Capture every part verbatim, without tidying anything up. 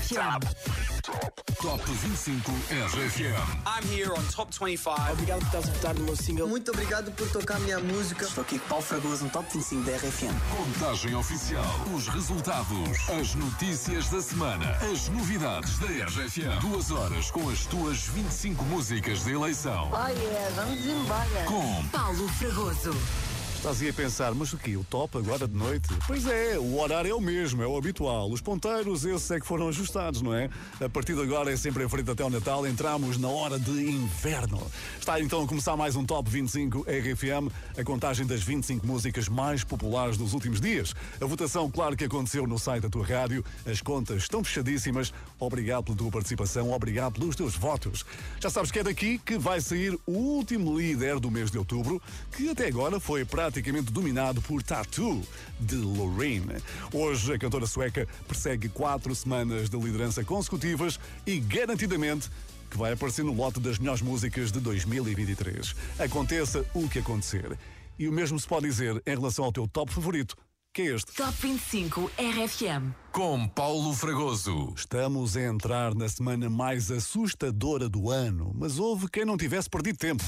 F M. Top vinte e cinco R F M. I'm here on Top twenty-five. Obrigado por estás a votar no meu single. Muito obrigado por tocar a minha música. Estou aqui com Paulo Fragoso no Top vinte e cinco da R F M. Contagem oficial. Os resultados. As notícias da semana. As novidades da R F M. Duas horas com as tuas vinte e cinco músicas de eleição. Oh yeah, vamos embora. Com Paulo Fragoso. Estás aí a pensar, mas o quê? O top agora de noite? Pois é, o horário é o mesmo, é o habitual. Os ponteiros, esses é que foram ajustados, não é? A partir de agora é sempre em frente até o Natal, entramos na hora de inverno. Está então a começar mais um Top vinte e cinco R F M, a contagem das vinte e cinco músicas mais populares dos últimos dias. A votação, claro que aconteceu no site da tua rádio, as contas estão fechadíssimas. Obrigado pela tua participação, obrigado pelos teus votos. Já sabes que é daqui que vai sair o último líder do mês de outubro, que até agora foi praticamente dominado por Tattoo, de Loreen. Hoje, a cantora sueca persegue quatro semanas de liderança consecutivas e garantidamente que vai aparecer no lote das melhores músicas de dois mil e vinte e três. Aconteça o que acontecer. E o mesmo se pode dizer em relação ao teu top favorito, que é este. Top vinte e cinco R F M. Com Paulo Fragoso. Estamos a entrar na semana mais assustadora do ano, mas houve quem não tivesse perdido tempo.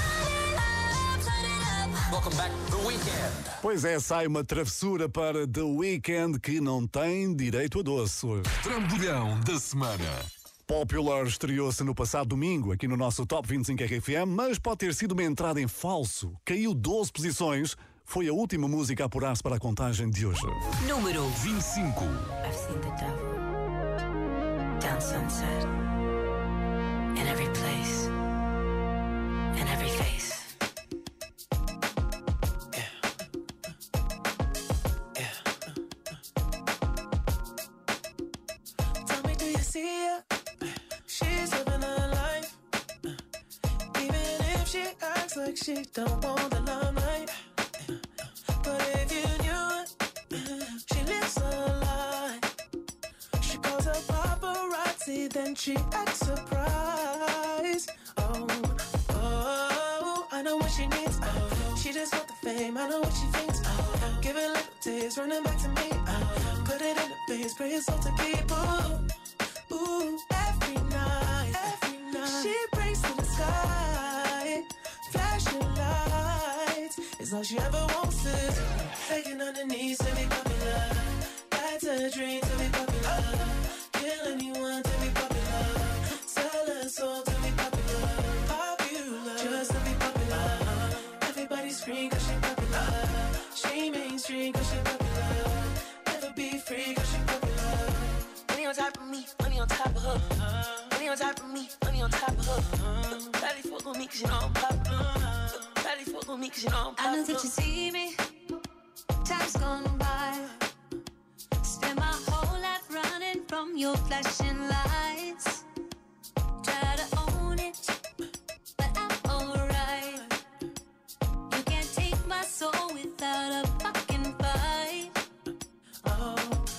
Welcome back, The Weeknd. Pois é, sai uma travessura para The Weeknd que não tem direito a doce hoje. Trambolhão da semana. Popular estreou-se no passado domingo aqui no nosso Top vinte e cinco R F M, mas pode ter sido uma entrada em falso. Caiu doze posições. Foi a última música a apurar-se para a contagem de hoje. Número vinte e cinco. I've seen the devil down sunset in every place, in every face. Yeah. Yeah. Tell me, do you see her? She's living her life, even if she acts like she don't want the limelight. But if you knew it, she lives a lie. She calls her paparazzi, then she acts surprised. Oh, oh, I know what she needs. Oh, she just want the fame, I know what she thinks. Oh, give it little taste, running back to me. Oh, put it in the face, pray it's all to keep. Ooh, ooh, every night, every night. She prays to the sky, flashing lights. It's all she ever wants is faking on her knees to be popular. That's a dream to be popular. Kill anyone to be popular. Sell her soul to be popular. Popular, just to be popular. Everybody scream cause she popular. She mainstream cause she popular. Never be free cause she popular. Money on top of me, money on top of her. Money on top of me, money on top of her. Daddy fuck with me cause you know I'm popular. Daddy fuck with me cause you know I'm popular. I know that you see me. Time's gone by. Spend my whole life running from your flashing lights. Try to own it, but I'm alright. You can't take my soul without a fucking fight. Oh,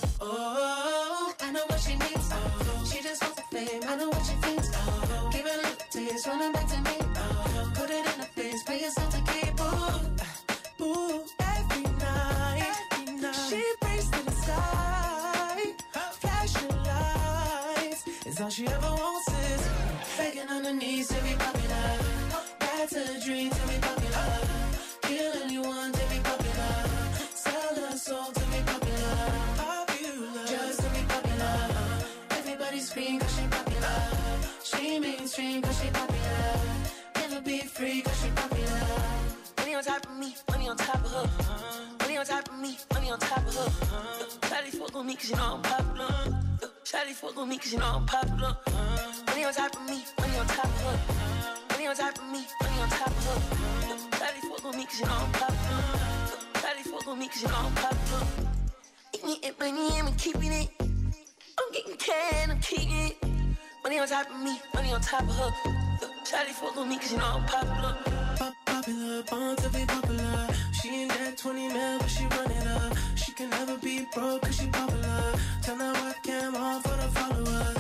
oh, I know what she needs. Oh, she just wants the fame. I know what she thinks. Oh, give it a little taste, running back to me. Oh, put it in her face, pay yourself to keep. Ooh, ooh, every night, every night. She prays to the sky, flashing lights. It's all she ever wants is begging on her knees to be popular. That's a dream to be popular. Kill anyone to be popular. Sell her soul to be popular. Popular, just to be popular. Everybody scream cause she popular. She mainstream cause she popular. Never be free cause she popular. Money on top of me, money on top of her. Money on top of me, money on top of her. Shawty fuck with me cause you know I'm popular. Shawty fuck with me cause you know I'm popular. Money on top of me, money on top of her. Money on top of me, money on top of her. Shawty fuck with me cause you know I'm popular. Shawty fuck with me cause you know I'm popular. Eating it, money, I'm keeping it. I'm getting can, I'm keeping it. Money on top of me, money on top of her. Shawty fuck with me cause you know I'm popular. Pop popular, born to be popular. She ain't that twenty mil, but she run it up. She can never be broke cause she popular. Turn that webcam on for the followers.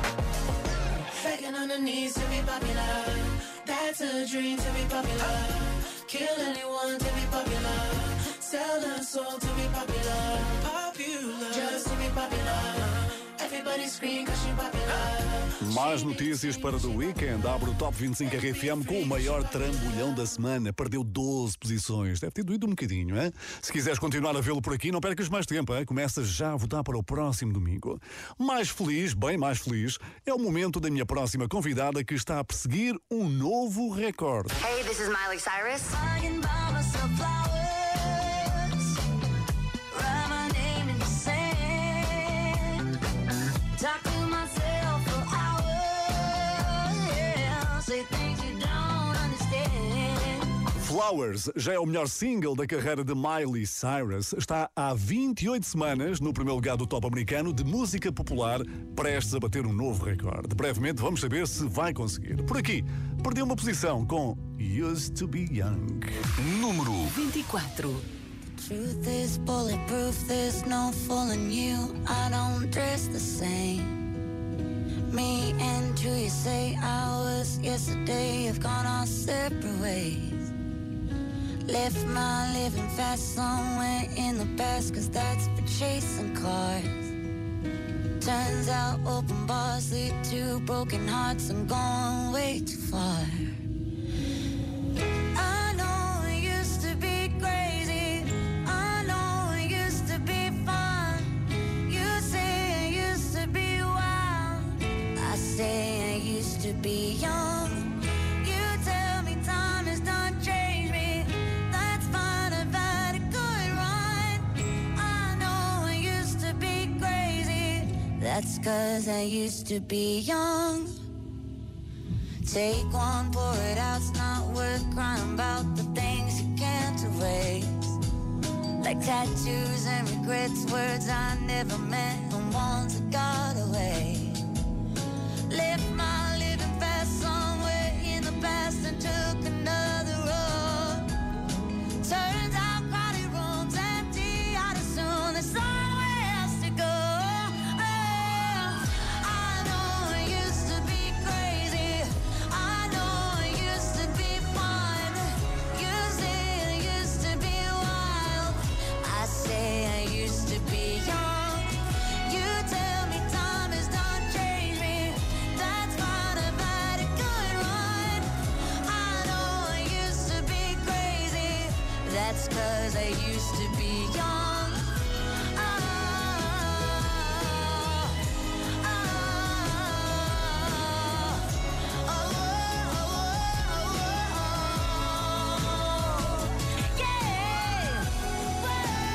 Faking on her knees to be popular. That's a dream to be popular. kill anyone to be popular, sell their soul to be popular, popular, just to be popular. Everybody scream 'cause she popular. Mais notícias para The Weeknd. Abre o Top vinte e cinco R F M com o maior trambolhão da semana. Perdeu doze posições. Deve ter doído um bocadinho, hein? Se quiseres continuar a vê-lo por aqui, não percas mais tempo, hein? Começa já a votar para o próximo domingo. Mais feliz, bem mais feliz, é o momento da minha próxima convidada que está a perseguir um novo recorde. Hey, this is Miley Cyrus. I can buy myself flowers, write my name in the sand, talk to myself for hours, yeah, say things you don't understand. Flowers já é o melhor single da carreira de Miley Cyrus. Está há vinte e oito semanas no primeiro lugar do top americano de música popular, prestes a bater um novo recorde. Brevemente vamos saber se vai conseguir. Por aqui, perdeu uma posição com Used to Be Young. Número vinte e quatro. Truth is bulletproof, there's no fooling you. I don't dress the same. Me and you, you say hours yesterday have gone our separate ways. Left my living fast somewhere in the past, 'cause that's for chasing cars. Turns out open bars lead to broken hearts. I'm going way too far. I know it used to be crazy, I know it used to be fun. You say I used to be wild, I say I used to be young. You tell me time has done changed me, that's fine, I've had a good run. I know I used to be crazy, that's 'cause I used to be young. Take one, pour it out, it's not worth crying about the things you can't erase. Like tattoos and regrets, words I never meant and ones that got away. Left my living fast somewhere in the past and took another road. Turns out crowded rooms empty, I'd assume there's somewhere else to go. Oh, I know it used to be crazy, I know it used to be fun. You say it used to be wild, I say I used to be young. You tell me time has done changed me, that's fine, I've had a good run. I know I used to be crazy, that's 'cause I used to be young. Ah, ah, oh, oh, oh, oh, yeah. Whoa,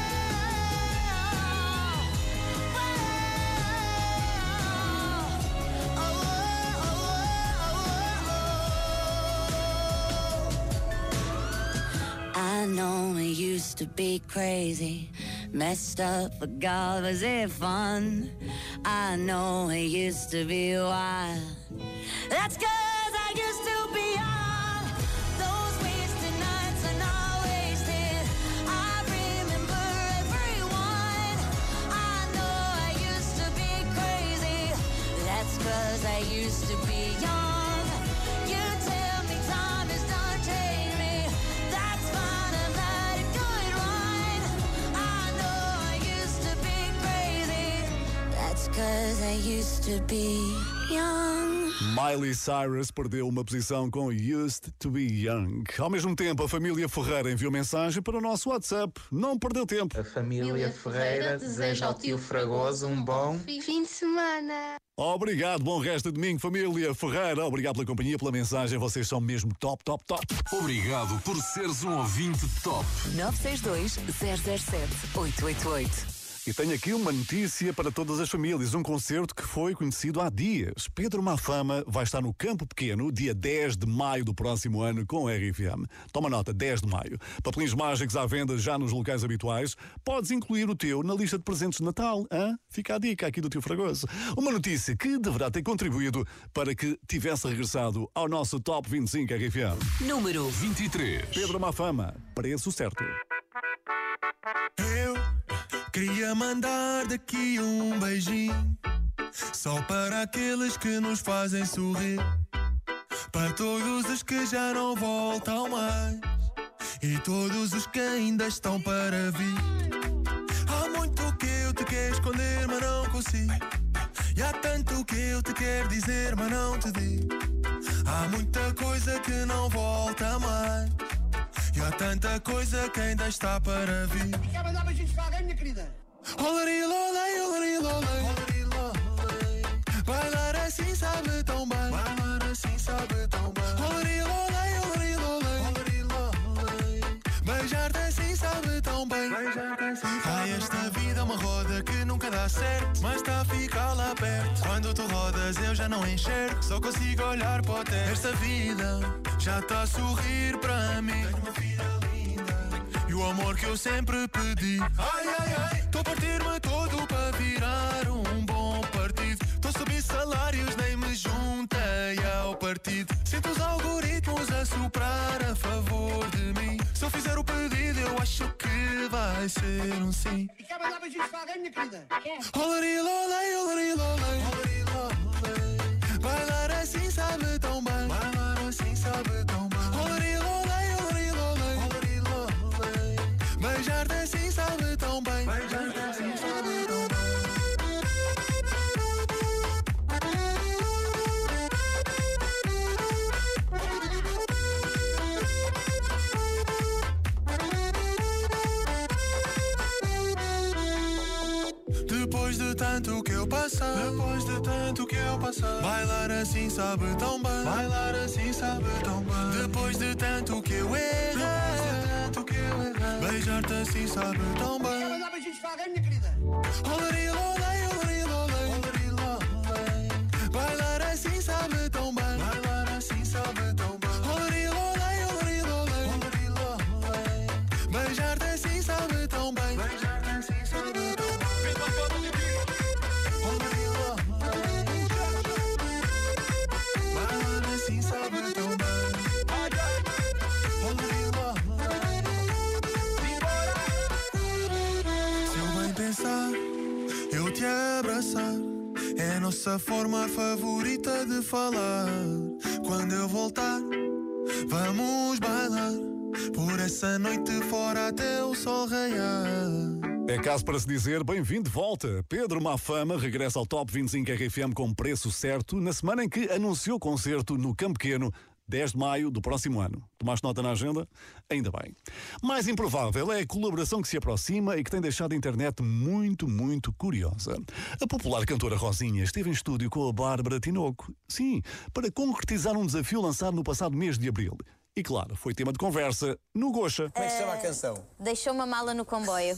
I know it used to be crazy, messed up, but God, was it fun? I know it used to be wild, that's 'cause I used to be young. Those wasted nights are not wasted, I remember everyone. I know I used to be crazy, that's 'cause I used to be young. You tell me time has done changed me, that's fine, I've had a good run. I know I used to be crazy, that's 'cause I used to be young. Miley Cyrus perdeu uma posição com Used to Be Young. Ao mesmo tempo, a família Ferreira enviou mensagem para o nosso WhatsApp. Não perdeu tempo. A família Ferreira deseja ao tio Fragoso um bom fim de semana. Obrigado, bom resto de domingo, família Ferreira. Obrigado pela companhia, pela mensagem. Vocês são mesmo top, top, top. Obrigado por seres um ouvinte top. nove seis dois, zero zero sete, oito oito oito. E tenho aqui uma notícia para todas as famílias. Um concerto que foi conhecido há dias. Pedro Mafama vai estar no Campo Pequeno, dia dez de maio do próximo ano, com a R F M. Toma nota, dez de maio. Papelinhos mágicos à venda já nos locais habituais. Podes incluir o teu na lista de presentes de Natal. Hein? Fica a dica aqui do tio Fragoso. Uma notícia que deverá ter contribuído para que tivesse regressado ao nosso Top vinte e cinco R F M. Número vinte e três. Pedro Mafama, preço certo. Eu queria mandar daqui um beijinho, só para aqueles que nos fazem sorrir, para todos os que já não voltam mais e todos os que ainda estão para vir. Há muito que eu te quero esconder, mas não consigo. E há tanto que eu te quero dizer, mas não te digo. Há muita coisa que não volta mais. E há tanta coisa que ainda está para vir. Quer mandar beijinhos para alguém, minha querida? Olari, lolei, olari, lolei, olari, lolei. Bailar assim sabe tão bem. Bailar assim sabe tão bem. Olari, lolei, olari, lolei, olari, lolei. Beijar-te assim sabe tão bem. Beijar-te assim sabe. Ai, esta vida é uma roda que nunca dá certo, mas está a ficar lá perto. Quando tu rodas eu já não enxergo, só consigo olhar para o teto. Esta vida já está a sorrir para mim. Tenho uma vida linda e o amor que eu sempre pedi. Ai, ai, ai, estou a partir-me todo para virar um bom partido. Estou a subir salários, nem me juntei ao partido. Sinto os algoritmos a soprar a favor de mim. Se eu fizer o pedido eu acho que vai ser um sim. E quer mandar beijinhos para alguém, minha querida? Olari, lolei, olari, lolei, olari, lolei. Bailar assim sabe tão bem. Bailar assim sabe tão bem. Olari, lolei, olari, lolei, olari, lolei. Beijar-te assim sabe tão bem. Beijar-te assim sabe tão bem. Depois de tanto que eu passar, depois de tanto que eu passar, bailar assim sabe tão bem, bailar assim sabe tão bem. Depois de tanto que eu errei, depois de tanto que eu errei, beijar-te assim sabe tão bem. Quer mandar beijinhos para alguém, minha querida? Olari, lolei, olari, lolei, olari, lolei. Bailar assim sabe tão bem, bailar assim sabe tão bem. Olari, lolei, olari, lolei, olari, lolei. Beijar-te assim sabe tão bem, beijar-te assim sabe tão bem. Eu te abraçar é a nossa forma favorita de falar. Quando eu voltar, vamos bailar por essa noite fora até o sol raiar. É caso para se dizer bem-vindo de volta. Pedro Mafama regressa ao Top vinte e cinco R F M com preço certo na semana em que anunciou concerto no Campo Pequeno, dez de maio do próximo ano. Tomaste nota na agenda? Ainda bem. Mais improvável é a colaboração que se aproxima e que tem deixado a internet muito, muito curiosa. A popular cantora Rosinha esteve em estúdio com a Bárbara Tinoco. Sim, para concretizar um desafio lançado no passado mês de abril. E claro, foi tema de conversa no Gocha. Como é que se chama a canção? Deixou uma mala no comboio.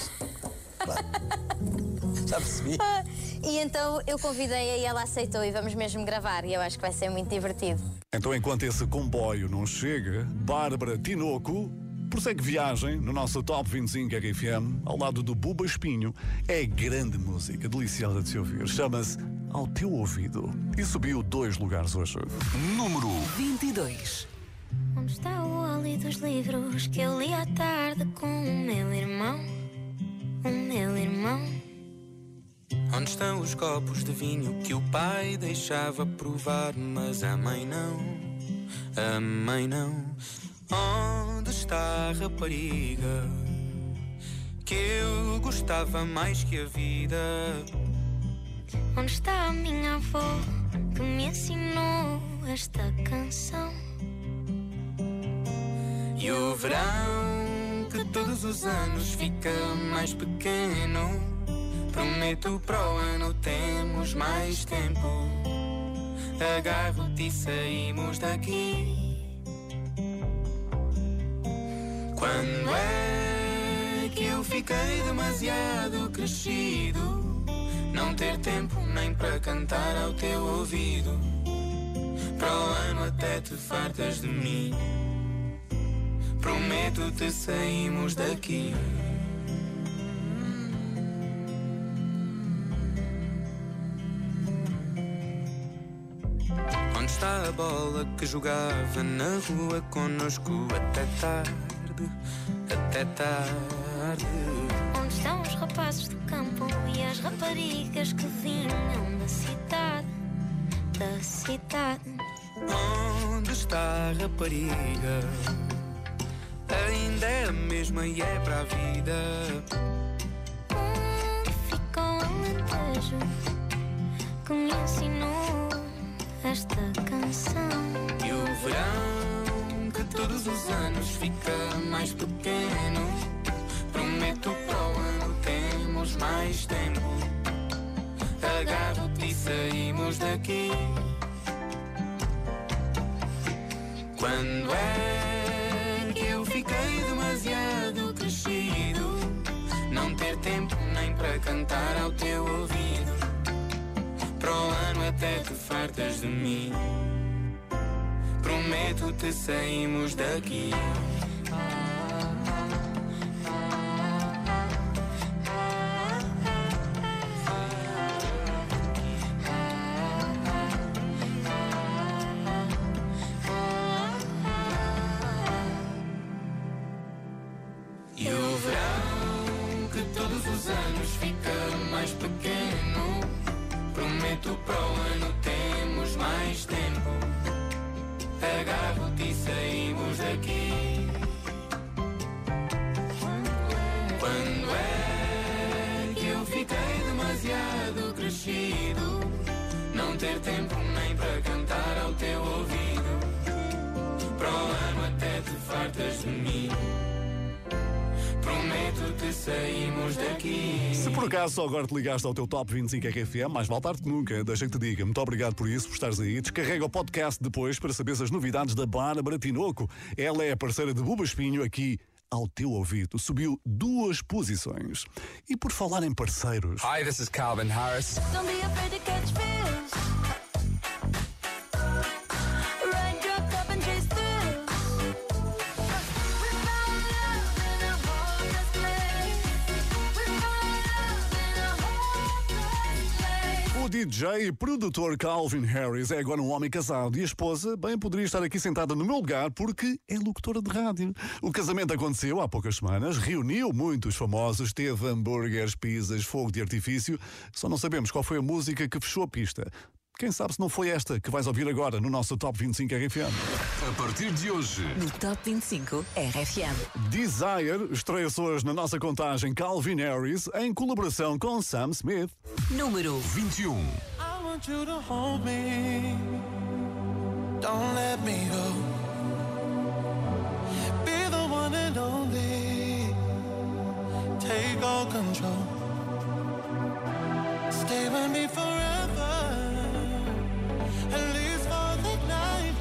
Já percebi. E então eu convidei-a e ela aceitou e vamos mesmo gravar. E eu acho que vai ser muito divertido. Então, enquanto esse comboio não chega, Bárbara Tinoco prossegue viagem no nosso Top vinte e cinco R F M, ao lado do Buba Espinho. É grande música, deliciosa de se ouvir. Chama-se Ao Teu Ouvido. E subiu dois lugares hoje. Número vinte e dois. Onde está o óleo dos livros que eu li à tarde com o meu irmão? O meu irmão. Onde estão os copos de vinho que o pai deixava provar, mas a mãe não, a mãe não. Onde está a rapariga que eu gostava mais que a vida? Onde está a minha avó que me ensinou esta canção? E o verão que todos os anos fica mais pequeno, prometo para o ano temos mais tempo. Agarro-te e saímos daqui. Quando é que eu fiquei demasiado crescido, não ter tempo nem para cantar ao teu ouvido? Para o ano até te fartas de mim. Prometo-te saímos daqui. Onde está a bola que jogava na rua connosco até tarde, até tarde? Onde estão os rapazes do campo e as raparigas que vinham da cidade, da cidade? Onde está a rapariga, a mesma e é para a vida. Onde fica o Alentejo que me ensinou esta canção? E o verão que todos os anos fica mais pequeno. Prometo para o ano temos mais tempo. Agarro-te e saímos daqui. Quando é que eu fiquei demasiado crescido? Não ter tempo nem para cantar ao teu ouvido. Para o ano até te fartas de mim. Prometo-te saímos daqui. E o verão que todos os anos fica mais pequeno. Prometo para o ano temos mais tempo. Agarro-te e saímos daqui. Quando é que eu fiquei demasiado crescido? Não ter tempo nem para cantar ao teu ouvido. Para o ano até te fartas de mim. Prometo-te saímos daqui. Se por acaso só agora te ligaste ao teu Top vinte e cinco R F M, mais vale tarde que nunca, deixa que te diga. Muito obrigado por isso, por estares aí. Descarrega o podcast depois para saberes as novidades da Bárbara Tinoco. Ela é a parceira de Buba Espinho aqui ao teu ouvido. Subiu duas posições. E por falar em parceiros... Hi, this is Calvin Harris. Don't be afraid to catch fish. Ride your cup and chase thrills. We found love in a hopeless place. We found love in a hopeless place. O D J e produtor Calvin Harris é agora um homem casado e a esposa bem poderia estar aqui sentada no meu lugar porque é locutora de rádio. O casamento aconteceu há poucas semanas, reuniu muitos famosos, teve hambúrgueres, pizzas, fogo de artifício. Só não sabemos qual foi a música que fechou a pista. Quem sabe se não foi esta que vais ouvir agora no nosso Top vinte e cinco R F M. A partir de hoje, No Top vinte e cinco R F M. Desire estreia-se hoje na nossa contagem Calvin Harris em colaboração com Sam Smith. Número vinte e um. I want you to hold me. Don't let me go. Be the one and only. Take all control. Stay with me forever. At least for the night.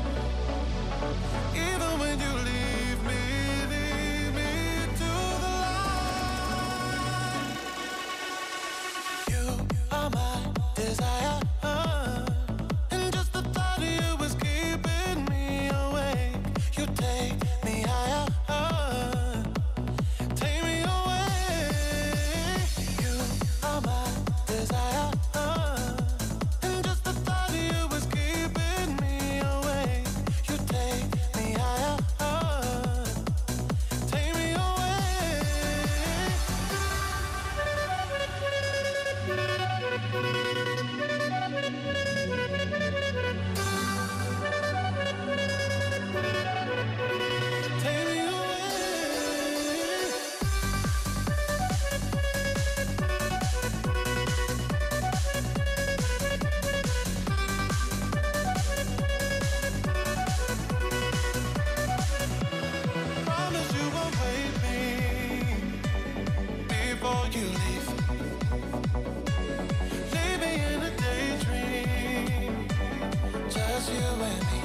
Even when you leave me, leave me to the light. You are my desire. And just the thought of you is keeping me awake. You take me higher. Take me away. You are my desire. And just the thought of you is keeping me awake. You take me higher. Take me away. Take me away. Promise you won't wait me before you leave. Leave me in a daydream, just you and me.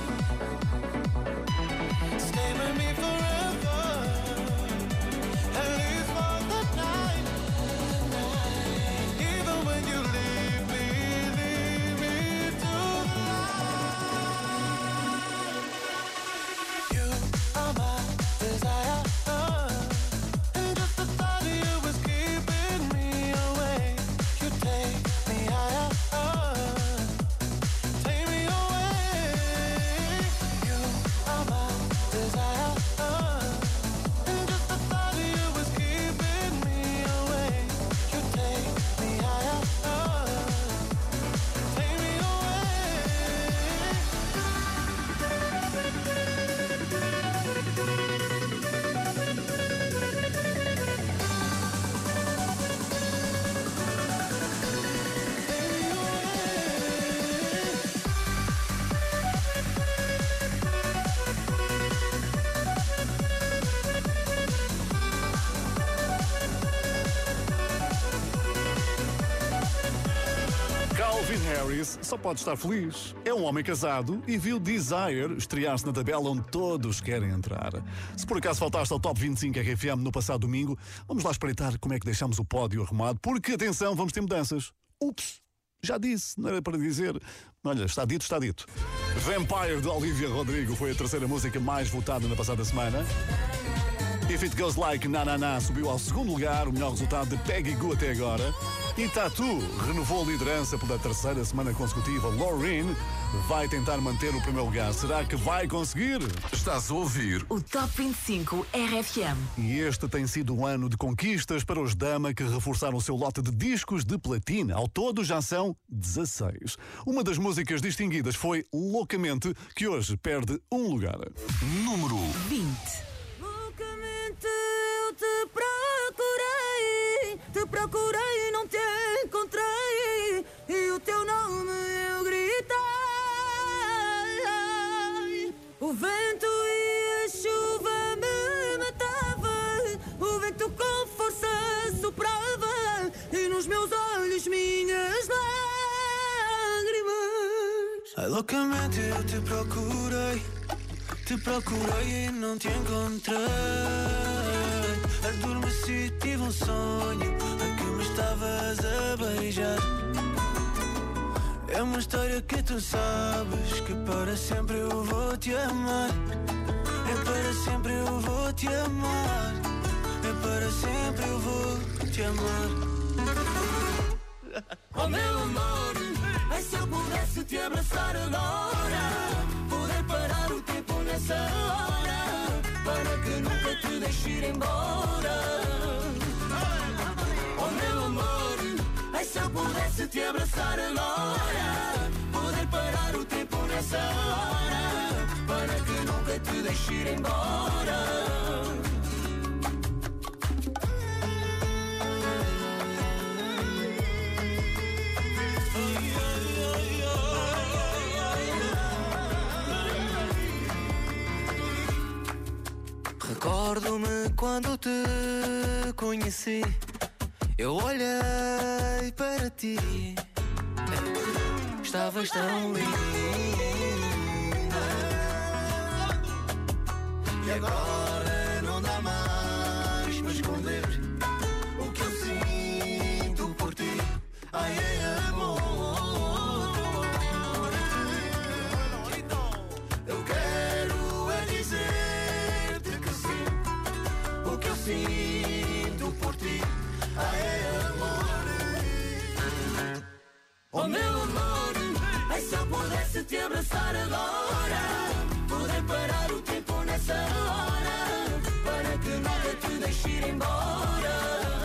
Stay with me forever, at least for the night. Even when you leave me, leave me to the light. You are my desire, and just the thought of you is keeping me Calvin Harris só pode estar feliz. É um homem casado e viu Desire estrear-se na tabela onde todos querem entrar. Se por acaso faltaste ao Top vinte e cinco R F M no passado domingo, vamos lá espreitar como é que deixamos o pódio arrumado, porque, atenção, vamos ter mudanças. Ups, já disse, não era para dizer. Olha, está dito, está dito. Vampire, de Olivia Rodrigo, foi a terceira música mais votada na passada semana. If It Goes Like Na Na Na subiu ao segundo lugar, o melhor resultado de Peggy Gou até agora. E Tatu renovou a liderança pela terceira semana consecutiva. Loreen vai tentar manter o primeiro lugar. Será que vai conseguir? Estás a ouvir o Top vinte e cinco R F M. E este tem sido um ano de conquistas para os Dama, que reforçaram o seu lote de discos de platina. Ao todo já são dezasseis. Uma das músicas distinguidas foi Loucamente, que hoje perde um lugar. Número vinte. Eu te procurei, te procurei e não te encontrei, e o teu nome eu gritei. O vento e a chuva me matavam, o vento com força soprava, e nos meus olhos minhas lágrimas. Ai, loucamente eu te procurei, te procurei e não te encontrei. Adormeci, tive um sonho a que me estavas a beijar. É uma história que tu sabes, que para sempre eu vou te amar. É para sempre eu vou te amar. É para sempre eu vou te amar. Oh meu amor, ai se eu pudesse te abraçar agora, poder parar o tempo nessa hora, para que nunca te deixe ir embora. Oh meu amor, ai se eu pudesse te abraçar agora, poder parar o tempo nessa hora, para que nunca te deixe ir embora. Recordo-me quando te conheci, eu olhei para ti, estavas tão linda. E agora não dá mais para esconder o que eu sinto por ti. Ai, é amor. Eu quero é dizer que sim, o que eu sinto por ti. Ai, é amor. Oh meu amor, ai se eu pudesse te abraçar agora, poder parar o tempo nessa hora, para que nunca te deixe ir embora.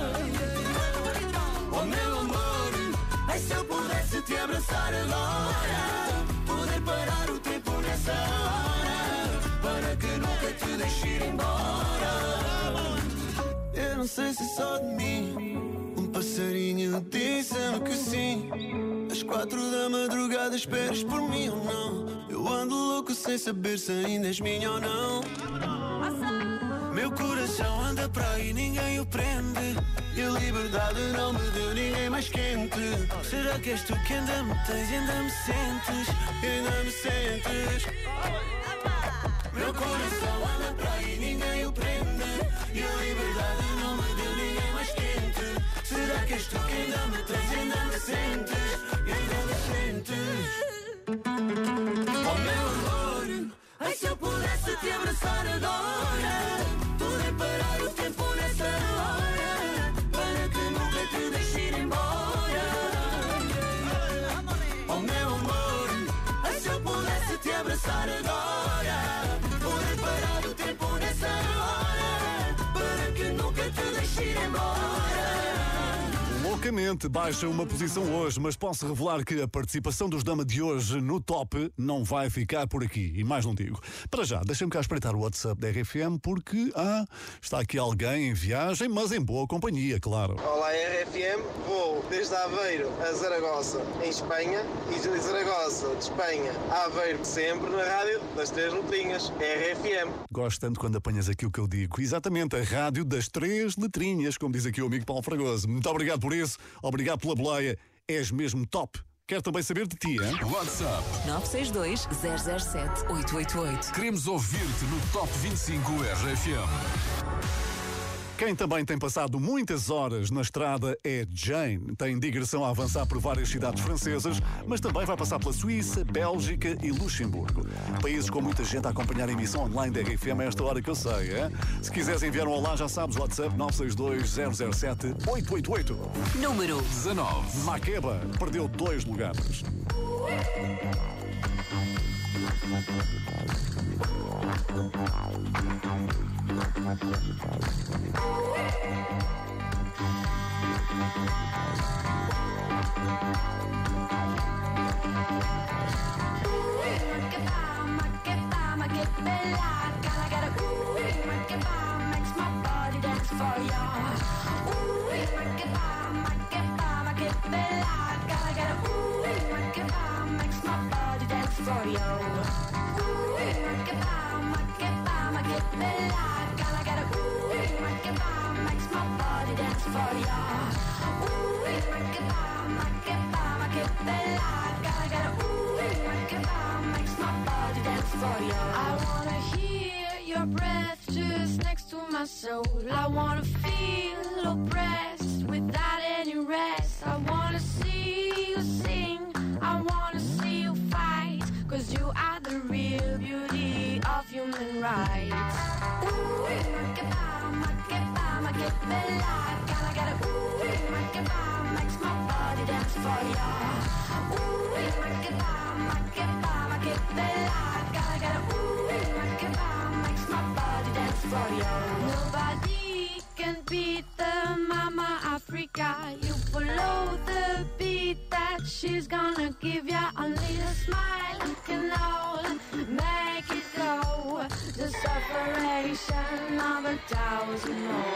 Oh meu amor, ai se eu pudesse te abraçar agora, poder parar o tempo nessa hora, para que nunca te deixe ir embora. Eu não sei se só de mim um passarinho disse-me que sim. Às quatro da madrugada esperas por mim ou não? Eu ando louco sem saber se ainda és minha ou não. Meu coração anda para aí, ninguém o prende, e a liberdade não me deu ninguém mais quente. Será que és tu que ainda me tens e ainda me sentes? Ainda me sentes? Meu coração anda para aí, ninguém o prende, e a liberdade não me deu ninguém mais quente. Será que és tu que ainda me tens e ainda me sentes? Ainda me sentes? Oh meu amor, ai se eu pudesse te abraçar agora, poder parar o tempo nessa hora, para que nunca te deixe ir embora. Oh meu amor, ai se eu pudesse te abraçar agora, poder parar o tempo nessa hora, para que nunca te deixe ir embora. Loucamente baixa uma posição hoje, mas posso revelar que a participação dos Dama de hoje no top não vai ficar por aqui, e mais não digo. Para já, deixem-me cá espreitar o WhatsApp da R F M, porque, ah, está aqui alguém em viagem, mas em boa companhia, claro. Olá R F M, vou desde Aveiro a Zaragoza, em Espanha, e de Zaragoza, de Espanha, a Aveiro, sempre na rádio das Três Letrinhas, R F M. Gosto tanto quando apanhas aquilo que eu digo. Exatamente, a rádio das Três Letrinhas, como diz aqui o amigo Paulo Fragoso. Muito obrigado por isso, obrigado pela boleia, és mesmo top. quer também saber de ti, hein? WhatsApp nove seis dois, zero zero sete, oito oito oito. Queremos ouvir-te no Top vinte e cinco R F M. Quem também tem passado muitas horas na estrada é Jane. Tem digressão a avançar por várias cidades francesas, mas também vai passar pela Suíça, Bélgica e Luxemburgo. Países com muita gente a acompanhar a emissão online da R F M a esta hora que eu sei, é? Se quiseres enviar um olá, já sabes, WhatsApp nove seis dois, zero zero sete, oito oito oito. Número dezanove. Makeba perdeu dois lugares. For you. Ooh, make it bomb, make it bomb, make it bella. Gotta get a ooh, make it bomb, makes my body dance for ya. Ooh, make it bomb, make it bomb, make it bella. Gotta get a ooh, make it bomb, makes my body dance for ya. I wanna hear your breath just next to my soul. I wanna feel oppressed without any rest. I wanna see you sing, I wanna see you fight. Cause you are the real beauty of human rights. Ooh, make it bomb, make it bomb, make it bella. Gotta get a ooh, make it bomb, makes my body dance for ya. Ooh, make it bomb, make it bomb, make it bella. Gotta get a ooh, make it bomb, makes my body dance for ya. Nobody can beat the Mama Africa. You follow the beat that she's gonna give ya. Only a smile can all make it go. The separation of a thousand more.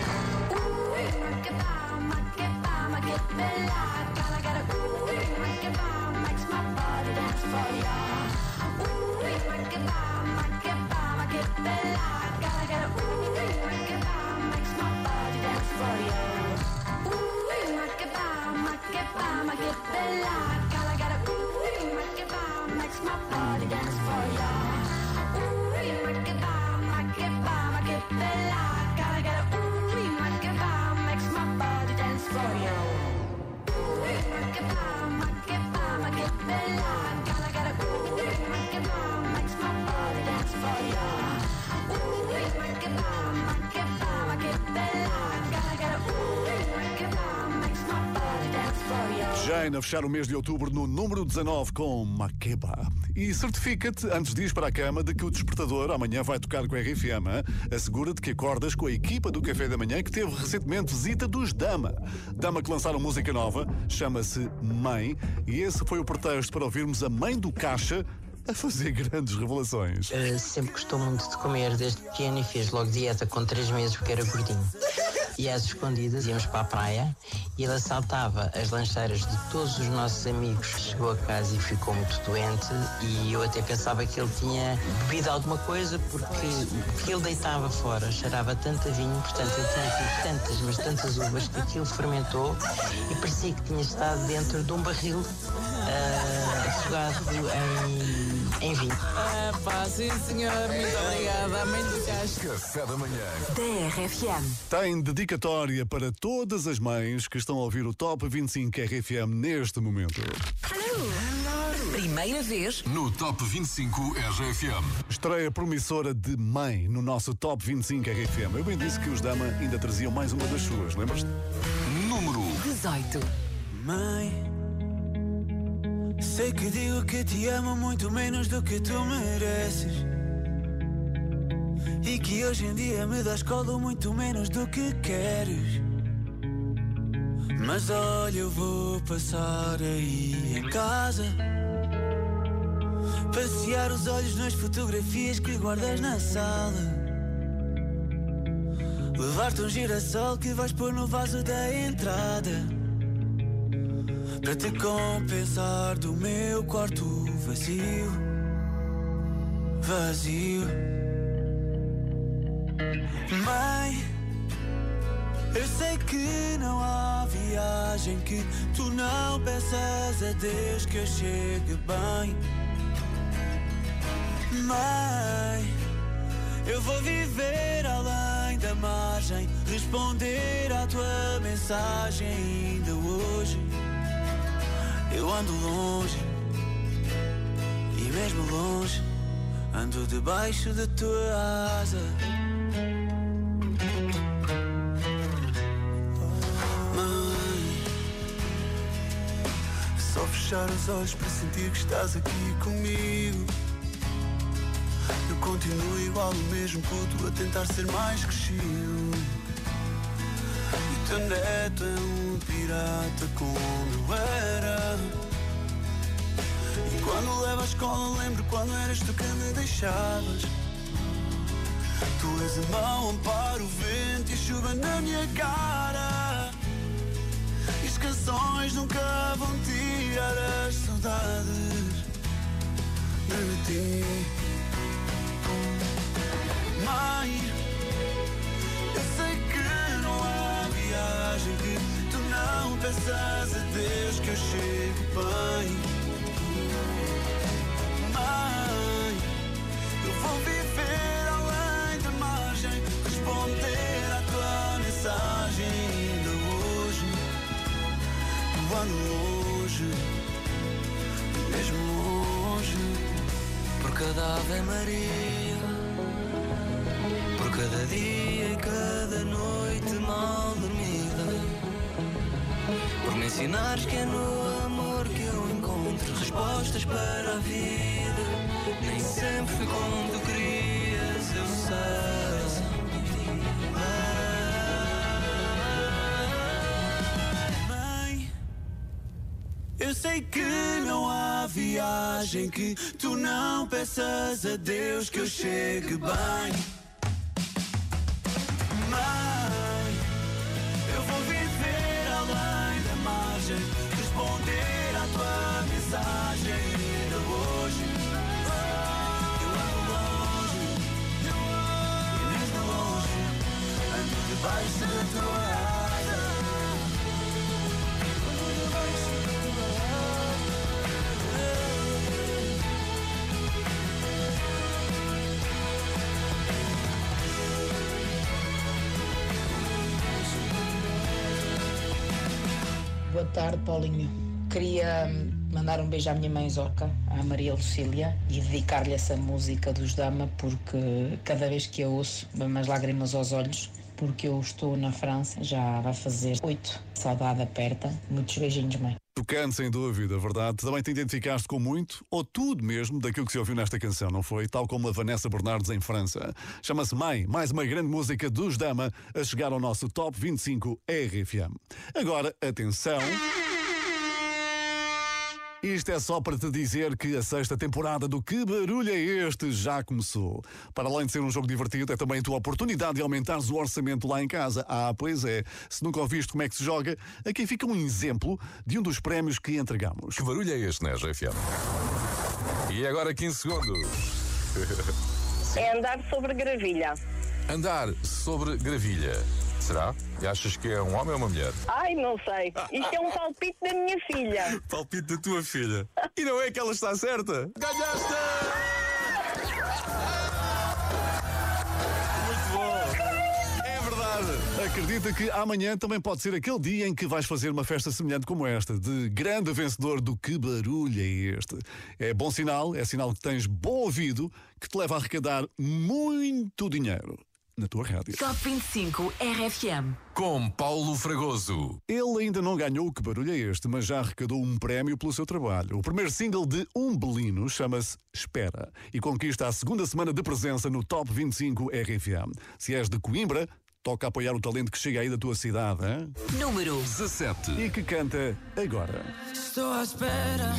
Ooh, make it bomb, make it bomb, make it bella. Gotta get a ooh, make it bomb, makes my body dance for ya. Ooh, make it bomb, make it bomb, make it bella. Gotta get a ooh, make it bomb, makes my body dance for ya. Ooh, make it bomb, make it bomb, make it bella. Gotta get a ooh, make it bomb, makes my body dance for ya. Ooh, make it bomb, make it bomb, make it bella. Gotta get a ooh, make it bomb, makes my body dance for ya. Ooh, make it bomb, make it bomb, make it bella. Gotta get a ooh, make it bomb, makes my body dance for ya. Ooh, make it bomb, make it bomb, make it bella. Gotta get a ooh, make it bomb, makes my body dance for ya. Jane a fechar o mês de outubro no número dezanove com Makeba. E certifica-te, antes de ir para a cama, de que o despertador amanhã vai tocar com a R F M. Hein? Assegura-te que acordas com a equipa do Café da Manhã, que teve recentemente visita dos Dama. Dama que lançaram música nova, chama-se Mãe, e esse foi o pretexto para ouvirmos a mãe do Caixa a fazer grandes revelações. Uh, sempre gostou muito de comer desde pequeno e fez logo dieta com três meses porque era gordinho. E às escondidas íamos para a praia e ele assaltava as lancheiras de todos os nossos amigos. Chegou a casa e ficou muito doente e eu até pensava que ele tinha bebido alguma coisa porque, porque ele deitava fora, cheirava tanto a vinho, portanto ele tinha tido tantas, mas tantas uvas que aquilo fermentou e parecia que tinha estado dentro de um barril uh, afogado em, em vinho. Ah, pá, sim senhor, muito obrigada. A mãe do Caixa. Café da Manhã. Da R F M. Tem dedicatória para todas as mães que estão a ouvir o Top vinte e cinco R F M neste momento. Primeira vez no Top vinte e cinco R F M. Estreia promissora de Mãe no nosso Top vinte e cinco R F M. Eu bem disse que os Dama ainda traziam mais uma das suas, lembras-te? Número dezoito. Mãe, sei que digo que te amo muito menos do que tu mereces. E que hoje em dia me das colo muito menos do que queres. Mas olha, eu vou passar aí em casa, passear os olhos nas fotografias que guardas na sala, levar-te um girassol que vais pôr no vaso da entrada, para te compensar do meu quarto vazio, vazio. Mãe, Eu sei que não há viagem que tu não peças a Deus que eu chegue bem. Mãe, eu vou viver além da margem, responder à tua mensagem ainda hoje. Eu ando longe, e mesmo longe, ando debaixo da tua asa. Mãe, é só fechar os olhos para sentir que estás aqui comigo. Eu continuo igual, o mesmo puto, a tentar ser mais crescido. E teu neto é um pirata como eu era. E quando levo à escola lembro quando eras tu que me deixavas. Tu és a mão, amparo, o vento e a chuva na minha cara. E as canções nunca vão tirar as saudades de ti. Mãe, eu sei que não há viagem que tu não peças a Deus que eu chegue bem. Mãe, eu vou viver além da margem, responder à tua mensagem ainda hoje. Eu ando longe, mesmo longe, por cada Ave Maria, por cada dia e cada noite mal dormida, por me ensinares que é no amor que eu encontro respostas para a vida. Nem sempre foi como tu querias, eu sei. Mãe, eu sei que não há viagem que tu não peças a Deus que eu chegue bem. Mãe, eu vou viver além da margem, responder à tua mensagem ainda hoje. Eu ando longe, e mesmo longe, ando debaixo da tua asa. Ando debaixo da tua asa. Boa tarde, Paulinho. Queria mandar um beijo à minha mãe Zoca, à Maria Lucília, e dedicar-lhe essa música dos Dama, porque cada vez que a ouço, dão-me as lágrimas aos olhos, porque eu estou na França, já vai fazer oito. Saudade aperta. Muitos beijinhos, mãe. Tocante, sem dúvida, verdade. Também te identificaste com muito, ou tudo mesmo, daquilo que se ouviu nesta canção, não foi? Tal como a Vanessa Bernardes em França. Chama-se Mãe, mais uma grande música dos Dama a chegar ao nosso Top vinte e cinco R F M. Agora, atenção... Isto é só para te dizer que a sexta temporada do Que Barulho é Este já começou. Para além de ser um jogo divertido, é também a tua oportunidade de aumentares o orçamento lá em casa. Ah, pois é. Se nunca ouviste como é que se joga, aqui fica um exemplo de um dos prémios que entregamos. Que barulho é este, né, R F M? E agora quinze segundos. É andar sobre gravilha. Andar sobre gravilha. Será? E achas que é um homem ou uma mulher? Ai, não sei. Isto é um palpite da minha filha. Palpite da tua filha. E não é que ela está certa? Ganhaste! Muito bom! É verdade! Acredita que amanhã também pode ser aquele dia em que vais fazer uma festa semelhante como esta, de grande vencedor do Que Barulho é Este. É bom sinal, é sinal que tens bom ouvido, que te leva a arrecadar muito dinheiro. Na tua rádio. Top vinte e cinco R F M. Com Paulo Fragoso. Ele ainda não ganhou o Que Barulho é Este, mas já arrecadou um prémio pelo seu trabalho. O primeiro single de Umbelino chama-se Espera e conquista a segunda semana de presença no Top vinte e cinco R F M. Se és de Coimbra, toca apoiar o talento que chega aí da tua cidade, hein? Número dezassete. E que canta agora. Estou à espera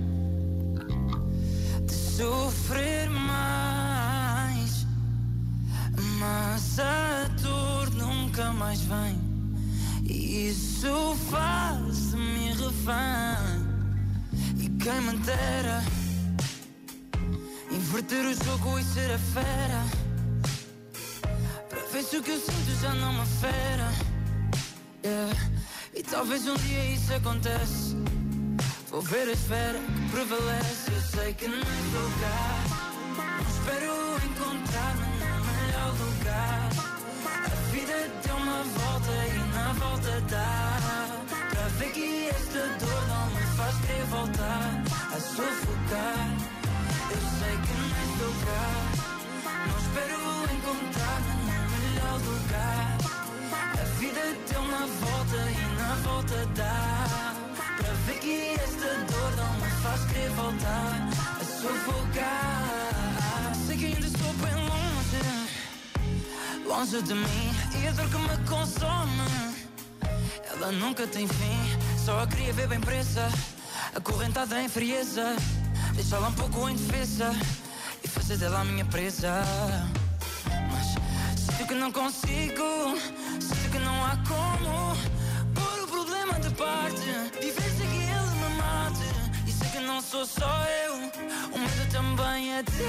de sofrer mais, mas a dor nunca mais vem, e isso faz-me refém. E quem me dera inverter o jogo e ser a fera, para ver se o que eu sinto já não me afera. yeah. E talvez um dia isso aconteça. Vou ver a esfera que prevalece. Eu sei que não estou cá. Não espero encontrar-me no melhor lugar. A vida deu uma volta e na volta dá pra ver que esta dor não me faz querer voltar a sufocar. Eu sei que não estou cá. Não espero encontrar-me no melhor lugar. A vida deu uma volta e na volta dá pra ver que esta dor não me faz querer voltar a sufocar. Sei que ainda estou bem longe, longe de mim, e a dor que me consome, ela nunca tem fim. Só a queria ver bem presa, acorrentada em frieza, deixá-la um pouco indefesa e fazer dela a minha presa. Mas sinto que não consigo, sinto que não há como pôr o problema de parte, viver sem que ele me mate. E sei que não sou só eu, o medo também é teu.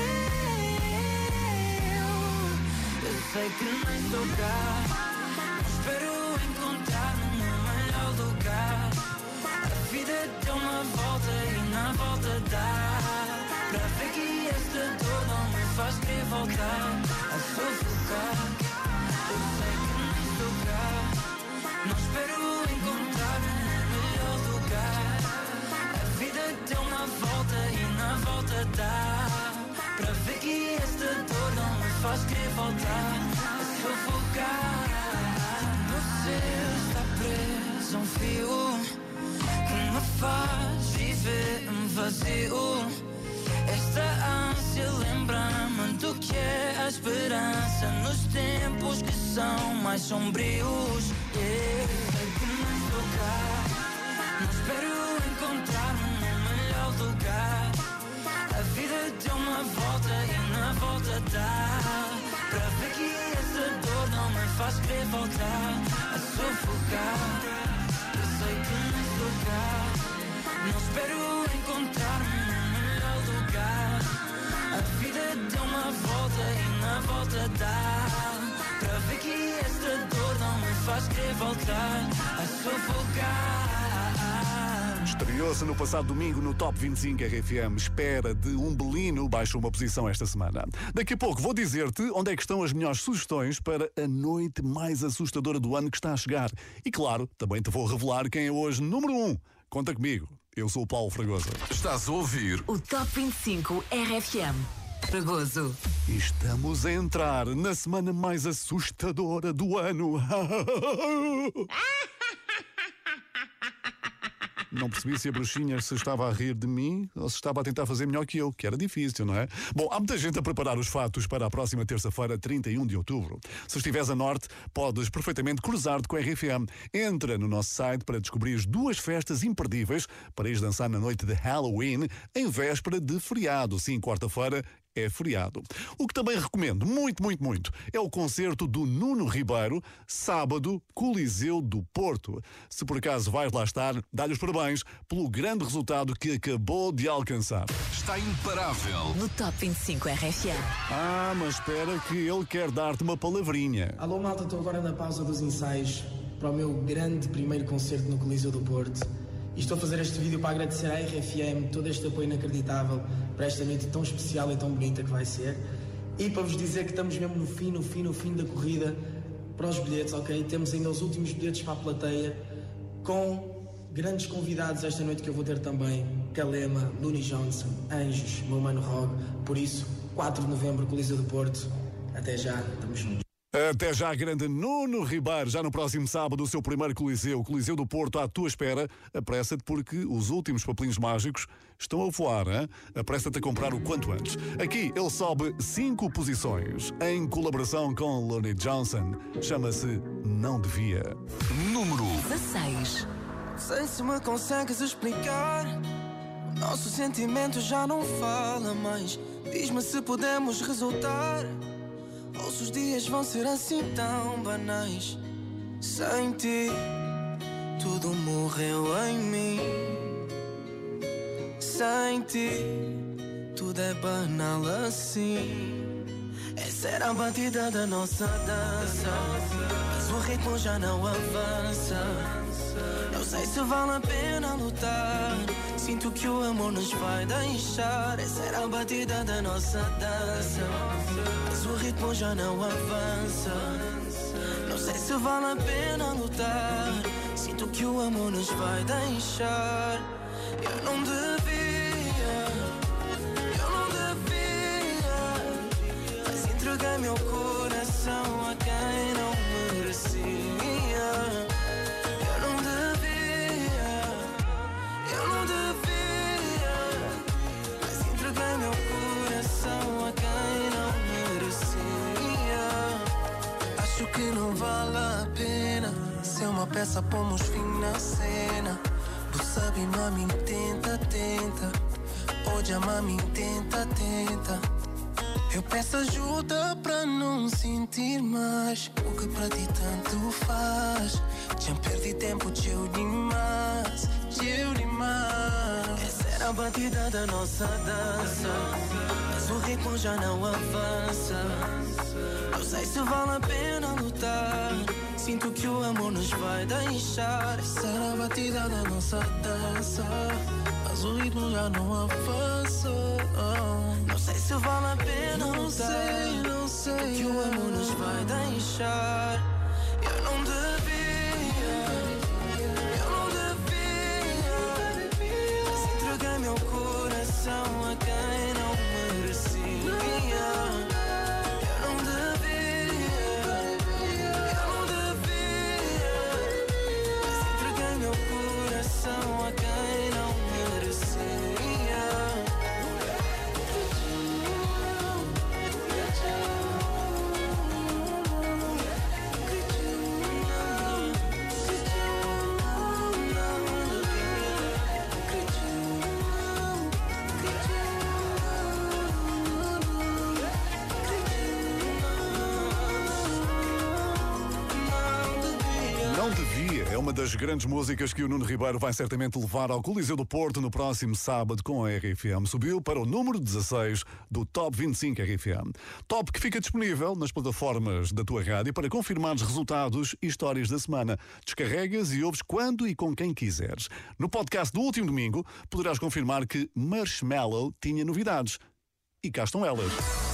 Eu sei que não estou cá. Espero encontrar-me no melhor lugar. A vida deu uma volta e na volta dá pra ver que esta dor não me faz querer voltar a sufocar. Eu sei que não estou cá. Não espero encontrar-me no melhor lugar. A vida deu uma volta e na volta dá pra ver que esta dor não me faz querer voltar a sufocar. Você está preso a um fio que me faz viver um vazio. Esta ânsia lembra-me do que é a esperança nos tempos que são mais sombrios. Yeah. Sei que não estou cá. Não espero encontrar-me no melhor lugar. A vida deu uma volta e na volta dá pra ver que essa dor não me faz querer voltar a sufocar. Eu sei que não estou cá. Não espero encontrar-me no melhor lugar. A vida deu uma volta e na volta dá pra ver que esta dor não me faz querer voltar a sufocar. Estreou-se no passado domingo no Top vinte e cinco R F M. Espera de Umbelino baixou uma posição esta semana. Daqui a pouco vou dizer-te onde é que estão as melhores sugestões para a noite mais assustadora do ano que está a chegar. E claro, também te vou revelar quem é hoje número um. Conta comigo. Eu sou o Paulo Fragoso. Estás a ouvir o Top vinte e cinco R F M. Fragoso. Estamos a entrar na semana mais assustadora do ano. Não percebi se a bruxinha se estava a rir de mim ou se estava a tentar fazer melhor que eu, que era difícil, não é? Bom, há muita gente a preparar os fatos para a próxima terça-feira, trinta e um de outubro. Se estiveres a norte, podes perfeitamente cruzar-te com a R F M. Entra no nosso site para descobrir duas festas imperdíveis para ir dançar na noite de Halloween, em véspera de feriado. Sim, quarta-feira é feriado. O que também recomendo, muito, muito, muito, é o concerto do Nuno Ribeiro, sábado, Coliseu do Porto. Se por acaso vais lá estar, dá-lhe os parabéns pelo grande resultado que acabou de alcançar. Está imparável no Top vinte e cinco R F M. Ah, mas espera que ele quer dar-te uma palavrinha. Alô malta, estou agora na pausa dos ensaios para o meu grande primeiro concerto no Coliseu do Porto. E estou a fazer este vídeo para agradecer à R F M todo este apoio inacreditável para esta noite tão especial e tão bonita que vai ser. E para vos dizer que estamos mesmo no fim, no fim, no fim da corrida para os bilhetes, ok? Temos ainda os últimos bilhetes para a plateia com grandes convidados esta noite que eu vou ter também. Calema, Looney Johnson, Anjos, meu mano Rog. Por isso, quatro de novembro, Coliseu do Porto. Até já, estamos juntos. Até já, grande Nuno Ribeiro. Já no próximo sábado, o seu primeiro Coliseu, o Coliseu do Porto, à tua espera. Apressa-te porque os últimos papelinhos mágicos estão a voar, hein? Apressa-te a comprar o quanto antes. Aqui ele sobe cinco posições em colaboração com Looney Johnson. Chama-se Não Devia. Número dezesseis. Sei se me consegues explicar. O nosso sentimento já não fala mais. Diz-me se podemos resultar. Ou se os dias vão ser assim tão banais. Sem ti, tudo morreu em mim. Sem ti, tudo é banal assim. Essa era a batida da nossa dança, mas o ritmo já não avança. Não sei se vale a pena lutar, sinto que o amor nos vai deixar. Essa era a batida da nossa dança, mas o ritmo já não avança. Não sei se vale a pena lutar, sinto que o amor nos vai deixar. Eu não devia, eu não devia, mas entreguei meu coração a quem não merecia. Eu não devia, eu não devia, mas entreguei meu coração a quem não merecia. Acho que não vale a pena ser uma peça, pomos fim na cena. Tu sabe, mami, tenta, tenta. Pode amar, me tenta, tenta. Eu peço ajuda pra não sentir mais o que pra ti tanto faz. Já perdi tempo, teu demais, teu demais. Essa era a batida da nossa dança, mas o ritmo já não avança. Não sei se vale a pena lutar, sinto que o amor nos vai deixar. Essa era a batida da nossa dança, mas o ritmo já não avança. Não sei se vale a pena não lutar, sei, não sei, sinto que o amor nos vai deixar. Eu não devia, eu não devia, mas entreguei meu coração a quem não merecia. A quem não merecia. Não devia, é uma das grandes músicas que o Nuno Ribeiro vai certamente levar ao Coliseu do Porto no próximo sábado com a R F M. Subiu para o número dezasseis do Top vinte e cinco R F M. Top que fica disponível nas plataformas da tua rádio para confirmar os resultados e histórias da semana. Descarregas e ouves quando e com quem quiseres. No podcast do último domingo poderás confirmar que Marshmallow tinha novidades. E cá estão elas.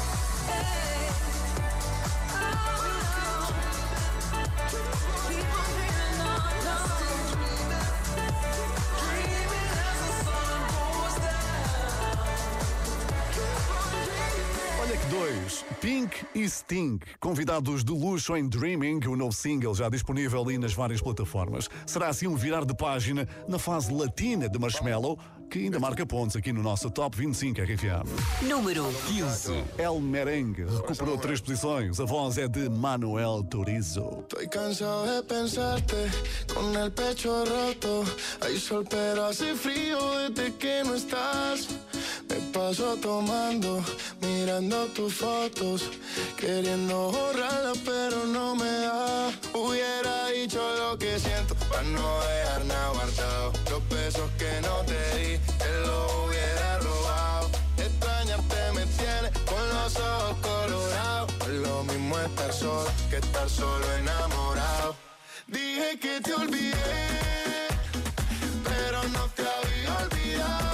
dois. Pink e Sting, convidados de luxo em Dreaming, o novo single já disponível ali nas várias plataformas. Será assim um virar de página na fase latina de Marshmallow, que ainda marca pontos aqui no nosso Top vinte e cinco R F M. Número quinze. El Merengue recuperou três posições. A voz é de Manuel Turizo. Estoy cansado de pensarte con el pecho roto. Hay sol pero hace frío desde que no estás. Me paso tomando, mirando tus fotos, queriendo borrarlas pero no me da. Hubiera dicho lo que siento para no dejar nada guardado. Los besos que no te di, te los hubiera robado. Extrañarte me tiene con los ojos colorados. No es lo mismo estar solo que estar solo enamorado. Dije que te olvidé, pero no te había olvidado.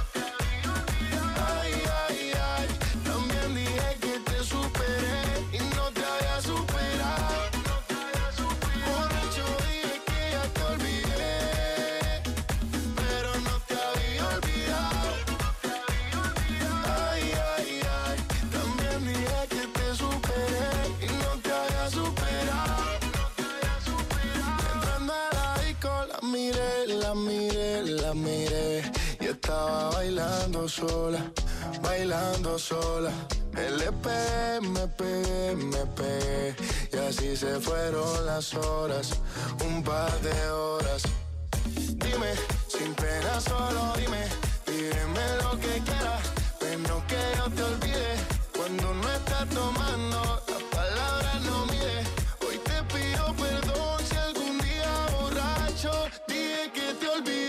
Estaba bailando sola, bailando sola. Me le pegué, me pegué, me pegué. Y así se fueron las horas, un par de horas. Dime, sin pena solo dime, pídeme lo que quieras, pero que yo te olvide. Cuando no estás tomando, las palabras no mide. Hoy te pido perdón si algún día borracho dije que te olvidé.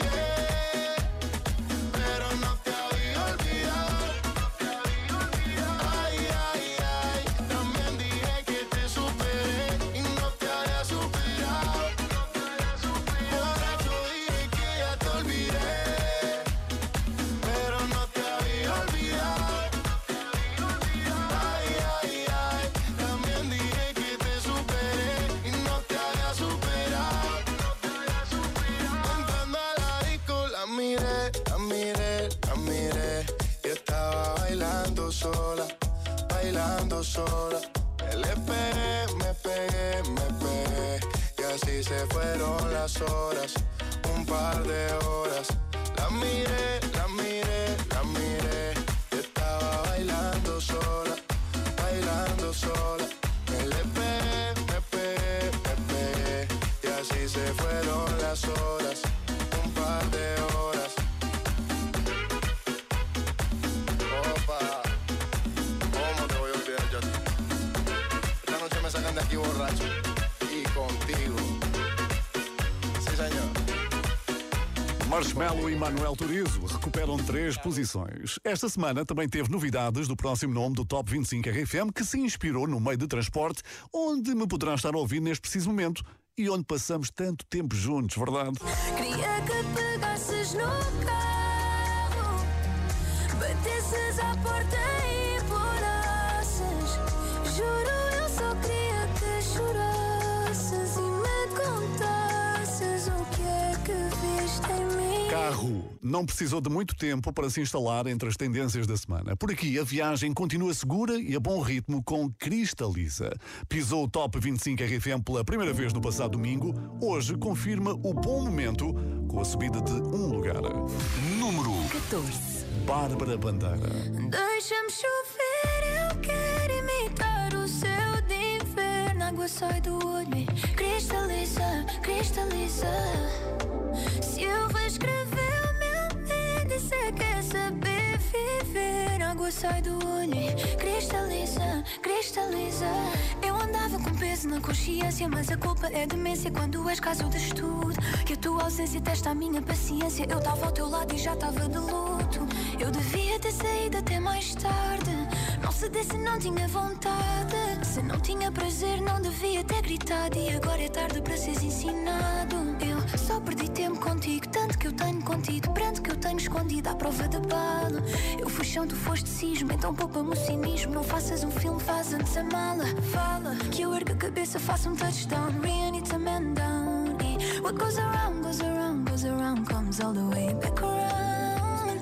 sola, bailando sola. Me le pegué, me pegué, me pegué. Y así se fueron las horas, un par de horas. La miré, la miré, la miré. Estaba bailando sola, bailando sola. Me le pegué, me pegué, me pegué. Y así se fueron las horas, un par de horas. Opa, ¿cómo te voy a olvidar yo a ti? Esta noche me sacan de aquí borracho y contigo. Sí, señor. Marshmello e Manuel Turizo recuperam três posições. Esta semana também teve novidades do próximo nome do Top vinte e cinco R F M, que se inspirou no meio de transporte, onde me poderá estar a ouvir neste preciso momento e onde passamos tanto tempo juntos, verdade? Queria que pegasses no carro, batesses à porta e implorasses. Juro, eu só queria que chorasses e me contasses o que é que viste em mim. Carro não precisou de muito tempo para se instalar entre as tendências da semana. Por aqui, a viagem continua segura e a bom ritmo com Cristaliza. Pisou o Top vinte e cinco R F M pela primeira vez no passado domingo. Hoje confirma o bom momento com a subida de um lugar. Número catorze. Bárbara Bandeira. Deixa-me chover, eu quero imitar o céu de inverno. A água sai do olho e cristaliza, cristaliza. Se eu reescrever o meu índice, quer saber viver. A água sai do olho e cristaliza, cristaliza. Eu andava com peso na consciência, mas a culpa é demência quando és caso de estudo. E a tua ausência testa a minha paciência. Eu estava ao teu lado e já estava de luto. Eu devia ter saído até mais tarde. Não cedesse, não tinha vontade. Se não tinha prazer, não devia ter gritado. E agora é tarde para seres ensinado. Eu só perdi tempo contigo, tanto que eu tenho contido, pranto que eu tenho escondido à prova de bala. Eu fui chão, tu foste cismo, então poupa-me o cinismo. Não faças um filme, faz antes a mala. Fala, que eu ergo a cabeça, faço um touchdown. Really need to man down. E what goes around, goes around, goes around, comes all the way back around.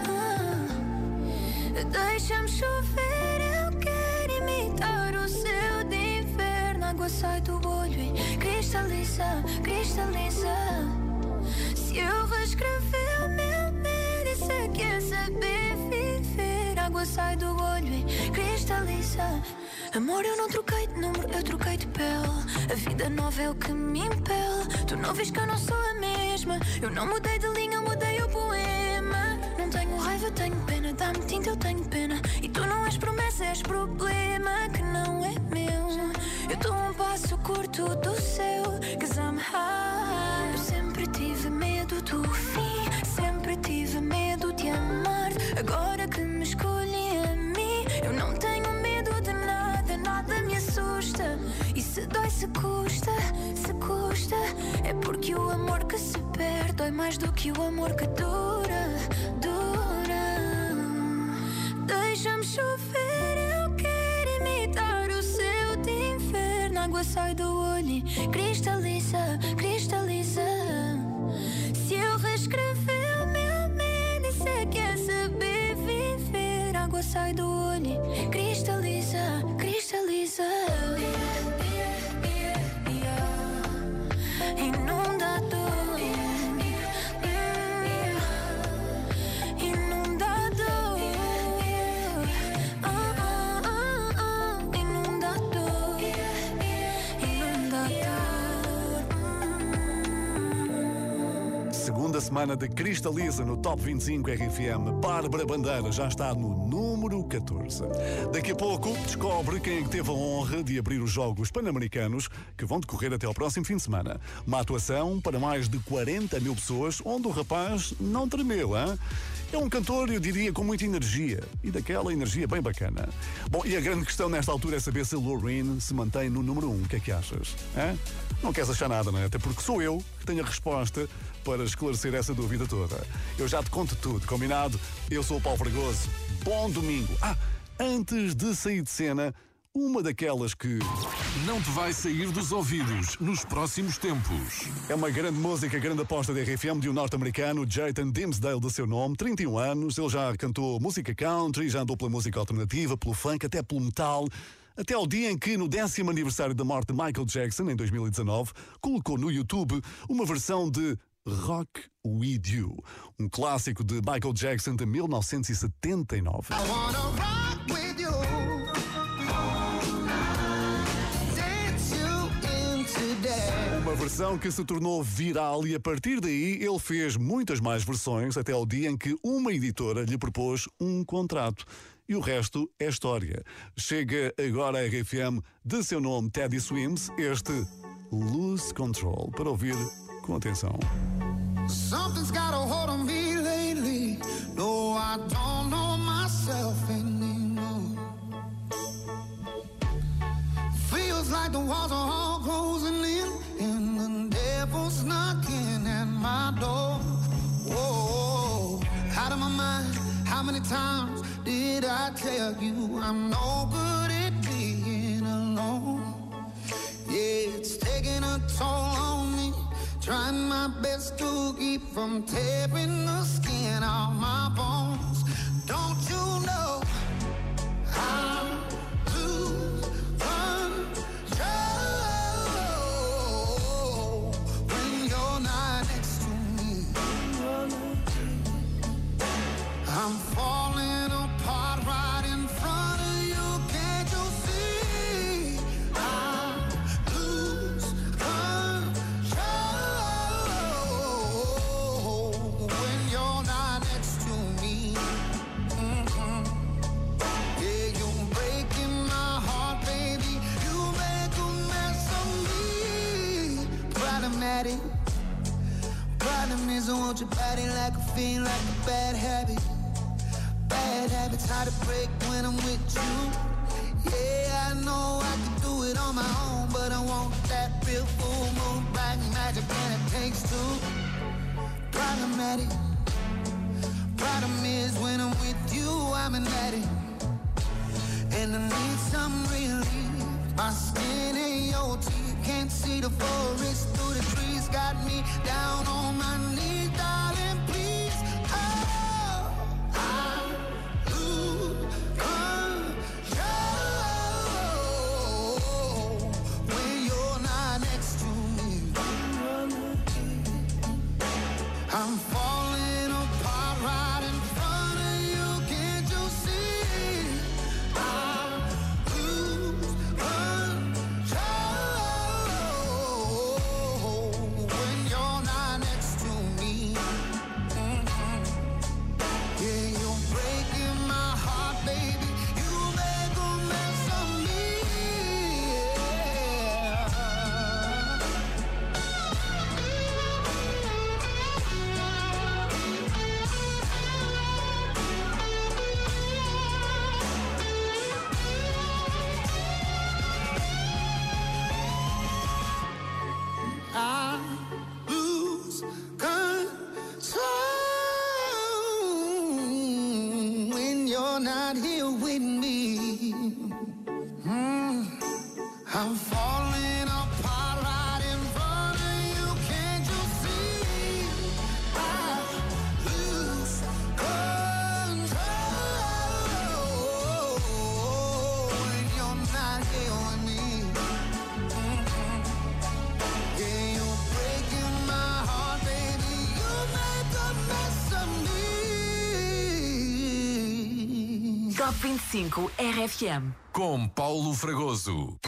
ah. Deixa-me chover, eu quero imitar o céu de inverno. A água sai do olho e cristaliza, cristaliza. Se eu reescrever o meu índice, quer saber viver. A água sai do olho e cristaliza. Amor, eu não troquei de número, eu troquei de pele. A vida nova é o que me impele. Tu não vês que eu não sou a mesma. Eu não mudei de linha, eu mudei o poema. Não tenho raiva, tenho pena. Dá-me tinta, eu tenho pena. E tu não és promessa, és problema que não é meu. Eu estou um passo curto do céu, 'cause I'm high. Eu sempre tive medo do fim, sempre tive medo de amar. Agora que me escolhi a mim, eu não tenho medo de nada, nada me assusta. E se dói, se custa, se custa, é porque o amor que se perde dói mais do que o amor que dura, dura. Deixa-me chover, eu quero imitar o céu de inverno. A água sai do olho e cristaliza, cristaliza. Se eu reescrever o meu índice, quer saber viver. A água sai do olho e cristaliza, cristaliza. Inundado, inundado, ah, ah, ah, ah. Inundado, inundado. Segunda semana de Cristaliza no Top vinte e cinco R F M. Bárbara Bandeira já está no número catorze. Daqui a pouco descobre quem é que teve a honra de abrir os Jogos Pan-Americanos, que vão decorrer até ao próximo fim de semana. Uma atuação para mais de quarenta mil pessoas, onde o rapaz não tremeu, hein? É um cantor, eu diria, com muita energia. E daquela energia bem bacana. Bom, e a grande questão nesta altura é saber se a Loreen se mantém no número um. O que é que achas? Hein? Não queres achar nada, não é? Até porque sou eu que tenho a resposta para esclarecer essa dúvida toda. Eu já te conto tudo, combinado? Eu sou o Paulo Fragoso. Bom domingo. Ah, antes de sair de cena, Uma daquelas que não te vai sair dos ouvidos nos próximos tempos. É uma grande música, grande aposta da R F M de um norte-americano, Jayton Dimsdale, de seu nome, trinta e um anos. Ele já cantou música country, já andou pela música alternativa, pelo funk, até pelo metal. Até ao dia em que, no décimo aniversário da morte de Michael Jackson, em dois mil e dezanove, colocou no YouTube uma versão de Rock With You, um clássico de Michael Jackson de mil novecentos e setenta e nove. I wanna rock with you. Dance you into day. Uma versão que se tornou viral e a partir daí ele fez muitas mais versões até ao dia em que uma editora lhe propôs um contrato. E o resto é história. Chega agora a R F M de seu nome Teddy Swims, este Lose Control, para ouvir com atenção. Something's got a hold on me lately. No, I don't know myself anymore. Feels like the walls are all closing in and the devil's knocking at my door. Whoa, out of my mind. How many times did I tell you I'm no good at being alone? Yeah, it's taking a toll on me. Trying my best to keep from tearing the skin off my bones. Don't you know how to control when you're not next to me? I'm falling apart right in front of you. Can't you see? I lose control when you're not next to me. Mm-hmm. Yeah, you're breaking my heart, baby. You make a mess of me. Problematic. Problem is I want your body like a fiend, like a bad habit. Bad habits hard to break when I'm with you. Yeah, I know I can do it on my own, but I want that real full moon, black magic, and it takes two. Problematic. Problem is when I'm with you, I'm an addict, and I need some relief. My skin ain't your teeth, can't see the forest through the trees. Got me down on my knees, darling, please. Oh, I lose control when you're not next to me. I'm falling apart right in front of you. Can't you see? I lose control when you're not next to me. Mm-hmm. Yeah, you're breaking my heart, baby. You make a mess of me. I lose control when you're not here with me. Mm. I'm falling apart right in front of you. Can't you see? I lose control when you're not here with me. Mm-hmm. Yeah, you're breaking my heart, baby. You make a mess of me. Top vinte e cinco R F M. Com Paulo Fragoso.